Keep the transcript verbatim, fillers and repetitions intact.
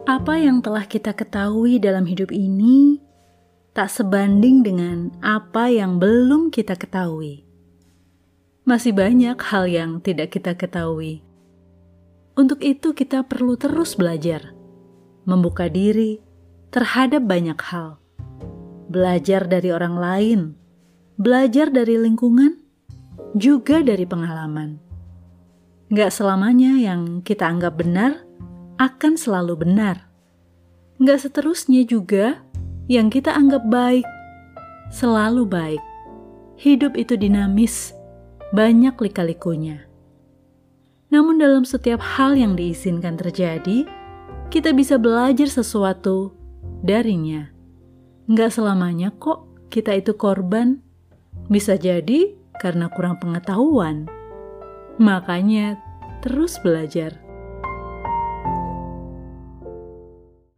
Apa yang telah kita ketahui dalam hidup ini tak sebanding dengan apa yang belum kita ketahui. Masih banyak hal yang tidak kita ketahui. Untuk itu kita perlu terus belajar, membuka diri terhadap banyak hal. Belajar dari orang lain, belajar dari lingkungan, juga dari pengalaman. Gak selamanya yang kita anggap benar akan selalu benar. Gak seterusnya juga yang kita anggap baik selalu baik. Hidup itu dinamis, banyak lika-likunya. Namun dalam setiap hal yang diizinkan terjadi, kita bisa belajar sesuatu darinya. Gak selamanya kok kita itu korban. Bisa jadi karena kurang pengetahuan. Makanya terus belajar.